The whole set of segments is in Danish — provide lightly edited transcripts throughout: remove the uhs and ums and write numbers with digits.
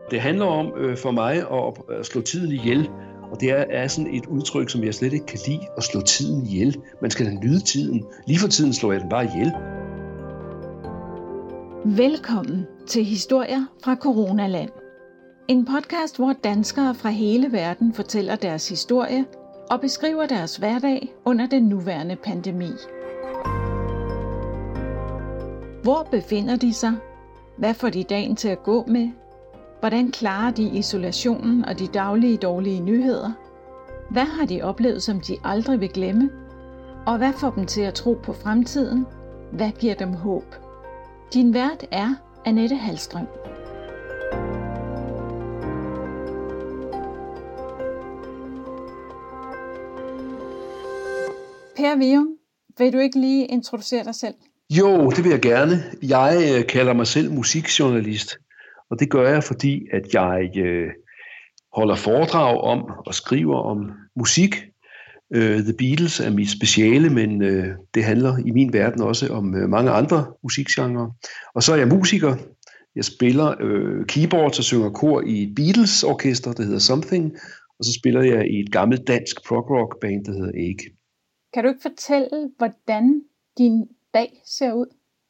Det handler om for mig at slå tiden ihjel, og det er sådan et udtryk, som jeg slet ikke kan lide, at slå tiden ihjel. Man skal da nyde tiden. Lige for tiden slår jeg den bare ihjel. Velkommen til Historier fra Coronaland. En podcast, hvor danskere fra hele verden fortæller deres historie og beskriver deres hverdag under den nuværende pandemi. Hvor befinder de sig? Hvad får de dagen til at gå med? Hvordan klarer de isolationen og de daglige dårlige nyheder? Hvad har de oplevet, som de aldrig vil glemme? Og hvad får dem til at tro på fremtiden? Hvad giver dem håb? Din vært er Annette Hallstrøm. Per Vium, vil du ikke lige introducere dig selv? Jo, det vil jeg gerne. Jeg kalder mig selv musikjournalist, og det gør jeg, fordi at jeg holder foredrag om og skriver om musik. The Beatles er mit speciale, men det handler i min verden også om mange andre musikgenrer. Og så er jeg musiker. Jeg spiller keyboards og synger kor i et Beatles-orkester, der hedder Something, og så spiller jeg i et gammelt dansk prog-rock-band, der hedder Egg. Kan du ikke fortælle, hvordan din dag ser ud?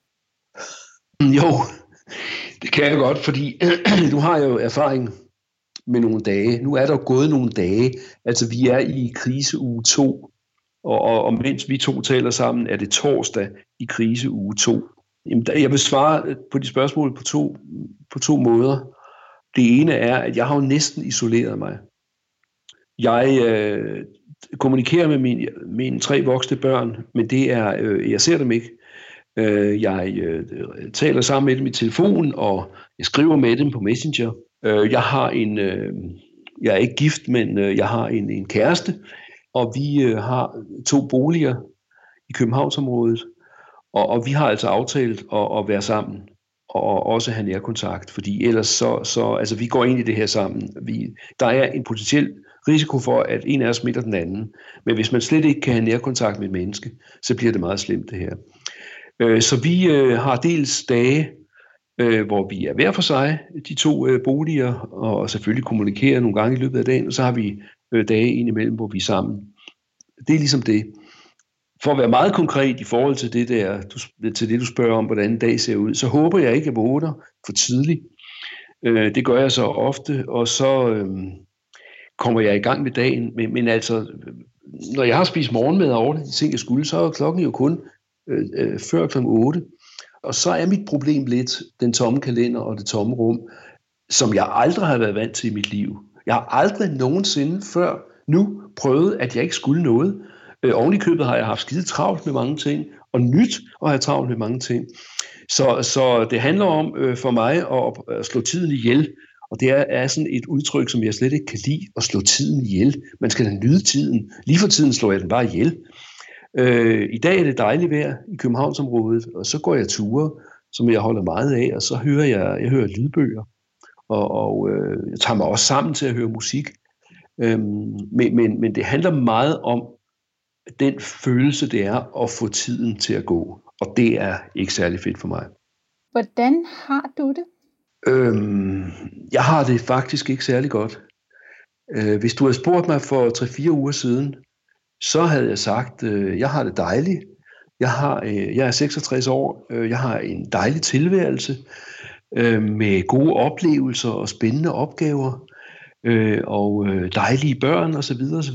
Jo, det kan jeg godt, fordi du har jo erfaring med nogle dage. Nu er der gået nogle dage. Altså, vi er i kriseuge 2, og mens vi to taler sammen, er det torsdag i kriseuge 2. Jeg vil svare på de spørgsmål på to måder. Det ene er, at jeg har jo næsten isoleret mig. Jeg kommunikerer med mine 3 voksne børn, men det er, jeg ser dem ikke. Jeg taler sammen med dem i telefon, og jeg skriver med dem på Messenger. Jeg er ikke gift, men jeg har en kæreste, og vi har 2 boliger i Københavnsområdet, og vi har altså aftalt at være sammen, og også have nærkontakt, fordi ellers så altså vi går ind i det her sammen. Der er en potentiel risiko for, at en af os smitter den anden, men hvis man slet ikke kan have nærkontakt med et menneske, så bliver det meget slemt det her. Så vi har dels dage, hvor vi er hver for sig, de 2 boliger, og selvfølgelig kommunikerer nogle gange i løbet af dagen, og så har vi dage indimellem, hvor vi er sammen. Det er ligesom det. For at være meget konkret i forhold til det du spørger om, hvordan en dag ser ud, så håber jeg ikke, at jeg vågner for tidligt. Det gør jeg så ofte, og så kommer jeg i gang med dagen. Men altså, når jeg har spist morgenmad og ordnet de ting, jeg skulle, så er klokken jo kun før kl. 8. Og så er mit problem lidt den tomme kalender og det tomme rum, som jeg aldrig har været vant til i mit liv. Jeg har aldrig nogensinde før nu prøvet, at jeg ikke skulle noget. Oven i købet har jeg haft skide travlt med mange ting, og nyt at have travlt med mange ting. Så det handler om for mig at slå tiden ihjel, og det er sådan et udtryk, som jeg slet ikke kan lide, at slå tiden ihjel. Man skal da nyde tiden. Lige for tiden slår jeg den bare ihjel. I dag er det dejligt vejr i Københavnsområdet, og så går jeg ture, som jeg holder meget af, og så hører jeg hører lydbøger, og jeg tager mig også sammen til at høre musik. Men det handler meget om den følelse, det er at få tiden til at gå, og det er ikke særlig fedt for mig. Hvordan har du det? Jeg har det faktisk ikke særlig godt. Hvis du havde spurgt mig for 3-4 uger siden, så havde jeg sagt, jeg har det dejligt. Jeg er 66 år. Jeg har en dejlig tilværelse med gode oplevelser og spændende opgaver og dejlige børn osv. osv.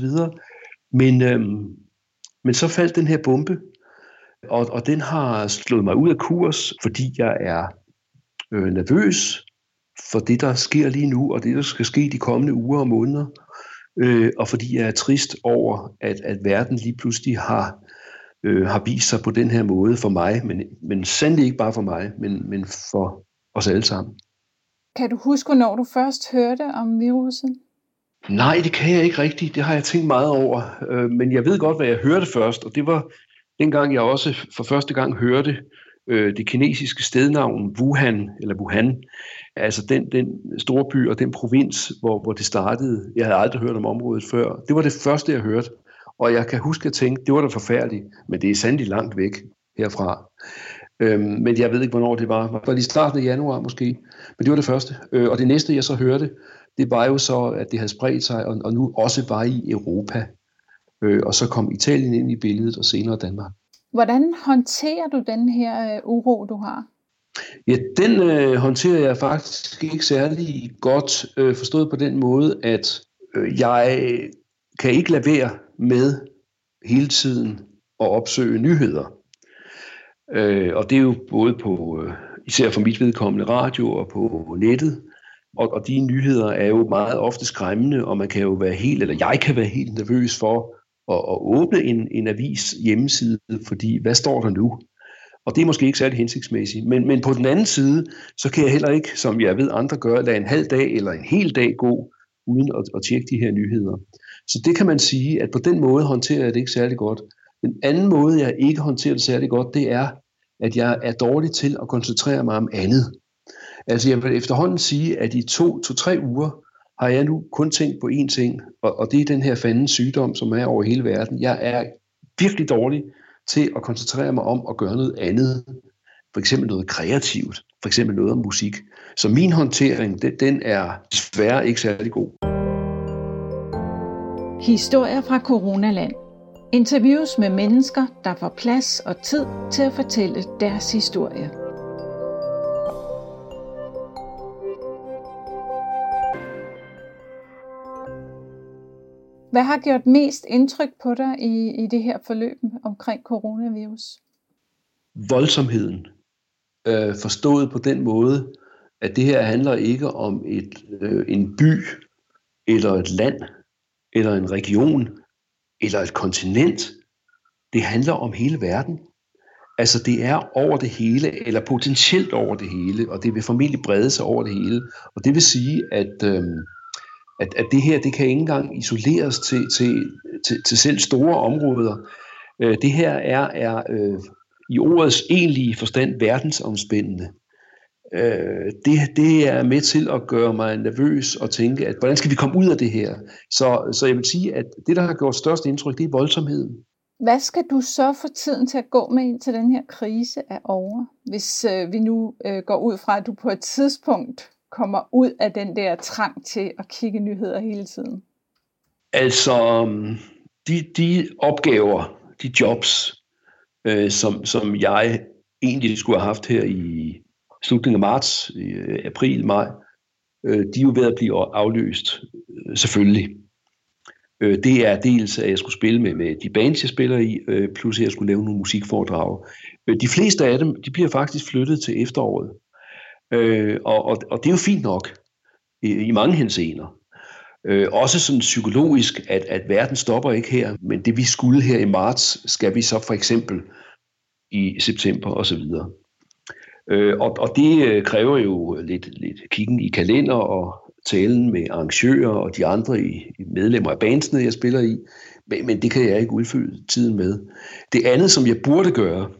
Men så faldt den her bombe, og den har slået mig ud af kurs, fordi jeg er nervøs for det, der sker lige nu, og det, der skal ske de kommende uger og måneder. Og fordi jeg er trist over, at verden lige pludselig har vist sig på den her måde for mig, men sandelig ikke bare for mig, men for os alle sammen. Kan du huske, når du først hørte om viruset? Nej, det kan jeg ikke rigtigt. Det har jeg tænkt meget over. Men jeg ved godt, hvad jeg hørte først, og det var dengang, jeg også for første gang hørte det kinesiske stednavn Wuhan, altså den store by og den provins, hvor det startede. Jeg havde aldrig hørt om området før. Det var det første, jeg hørte, og jeg kan huske, at jeg tænkte, det var da forfærdeligt, men det er sandelig langt væk herfra. Men jeg ved ikke, hvornår det var. Var det i starten af januar måske? Men det var det første. Og det næste, jeg så hørte, det var jo så, at det havde spredt sig, og nu også var i Europa. Og så kom Italien ind i billedet, og senere Danmark. Hvordan håndterer du den her uro, du har? Ja, den håndterer jeg faktisk ikke særlig godt, forstået på den måde, at jeg kan ikke lade være med hele tiden at opsøge nyheder. Og det er jo både på, især for mit vedkommende, radio og på nettet. Og de nyheder er jo meget ofte skræmmende, og man kan jo være jeg kan være helt nervøs for at åbne en avis hjemmeside, fordi hvad står der nu? Og det er måske ikke særlig hensigtsmæssigt. Men på den anden side, så kan jeg heller ikke, som jeg ved andre gør, lade en halv dag eller en hel dag gå, uden at tjekke de her nyheder. Så det kan man sige, at på den måde håndterer jeg det ikke særlig godt. Den anden måde, jeg ikke håndterer det særlig godt, det er, at jeg er dårlig til at koncentrere mig om andet. Altså jeg vil efterhånden sige, at i 2-3 uger har jeg nu kun tænkt på én ting, og det er den her fandens sygdom, som er over hele verden. Jeg er virkelig dårlig til at koncentrere mig om at gøre noget andet. For eksempel noget kreativt, for eksempel noget om musik. Så min håndtering, den er desværre ikke særlig god. Historier fra Coronaland. Interviews med mennesker, der får plads og tid til at fortælle deres historie. Hvad har gjort mest indtryk på dig i det her forløb omkring coronavirus? Voldsomheden. Forstået på den måde, at det her handler ikke om en by, eller et land, eller en region, eller et kontinent. Det handler om hele verden. Altså det er over det hele, eller potentielt over det hele, og det vil formentlig brede sig over det hele. Og det vil sige, at det her, det kan ikke engang isoleres til selv store områder. Det her er i ordets egentlige forstand verdensomspændende. Det er med til at gøre mig nervøs og tænke, at hvordan skal vi komme ud af det her? Så jeg vil sige, at det, der har gjort størst indtryk, det er voldsomheden. Hvad skal du så få tiden til at gå med, indtil den her krise er over? Hvis vi nu går ud fra, at du på et tidspunkt kommer ud af den der trang til at kigge nyheder hele tiden? Altså, de opgaver, de jobs, som jeg egentlig skulle have haft her i slutningen af marts, i april, maj, de er jo ved at blive afløst, selvfølgelig. Det er dels, at jeg skulle spille med de bands, jeg spiller i, plus at jeg skulle lave nogle musikforedrag. De fleste af dem, de bliver faktisk flyttet til efteråret. Og det er jo fint nok i mange henseender. Også sådan psykologisk, at verden stopper ikke her, men det vi skulle her i marts, skal vi så for eksempel i september osv. Og det kræver jo lidt kiggen i kalender og talen med arrangører og de andre medlemmer af bandsene, jeg spiller i, men det kan jeg ikke udfylde tiden med. Det andet, som jeg burde gøre,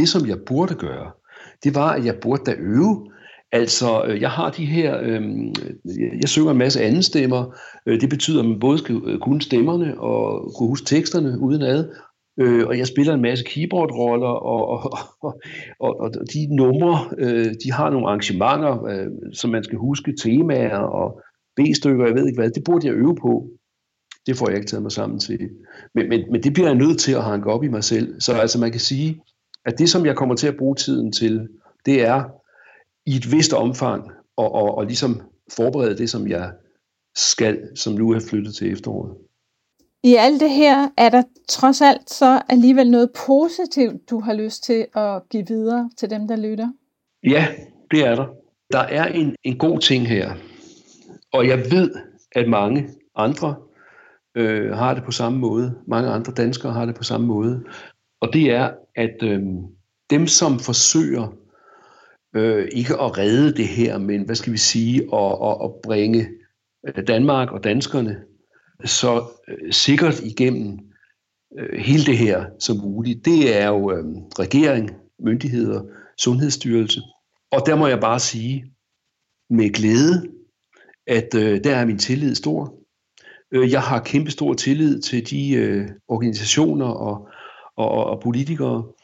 det var, at jeg burde da øve. Altså, jeg har de her, jeg synger en masse anden stemmer. Det betyder, at man både skal kunne stemmerne og kunne huske teksterne udenad. Og jeg spiller en masse keyboardroller, og de numre, de har nogle arrangementer, som man skal huske, temaer og B-stykker, jeg ved ikke hvad. Det burde jeg øve på. Det får jeg ikke taget mig sammen til. Men det bliver jeg nødt til at hanke op i mig selv. Så altså man kan sige, at det, som jeg kommer til at bruge tiden til, det er i et vist omfang og ligesom forberede det, som jeg skal, som nu er flyttet til efteråret. I alt det her er der trods alt så alligevel noget positivt, du har lyst til at give videre til dem, der lytter? Ja, det er der. Der er en god ting her, og jeg ved, at mange andre har det på samme måde. Mange andre danskere har det på samme måde. Og det er, at dem, som forsøger ikke at redde det her, men hvad skal vi sige, at bringe Danmark og danskerne så sikkert igennem hele det her som muligt, det er jo regering, myndigheder, sundhedsstyrelse. Og der må jeg bare sige med glæde, at der er min tillid stor. Jeg har kæmpe stor tillid til de organisationer og politikere,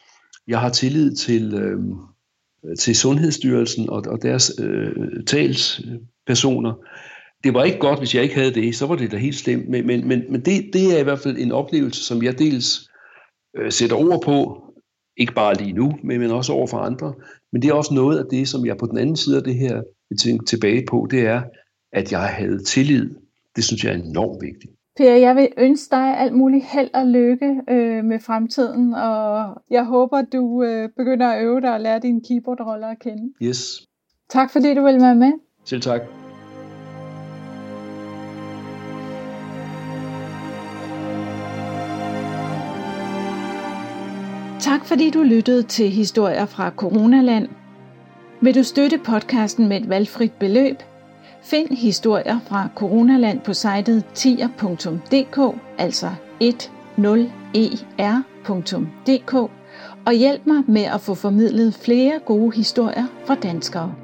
Jeg har tillid til Sundhedsstyrelsen og deres talspersoner. Det var ikke godt, hvis jeg ikke havde det, så var det da helt slemt. Men det er i hvert fald en oplevelse, som jeg dels sætter ord på, ikke bare lige nu, men også over for andre. Men det er også noget af det, som jeg på den anden side af det her vil tænke tilbage på, det er, at jeg havde tillid. Det synes jeg er enormt vigtigt. Per, jeg vil ønske dig alt muligt held og lykke med fremtiden, og jeg håber, du begynder at øve dig og lære dine keyboardroller at kende. Yes. Tak fordi du ville være med. Selv tak. Tak fordi du lyttede til Historier fra Coronaland. Vil du støtte podcasten med et valgfrit beløb? Find historier fra Coronaland på sitet tier.dk, altså 10er.dk, og hjælp mig med at få formidlet flere gode historier fra danskere.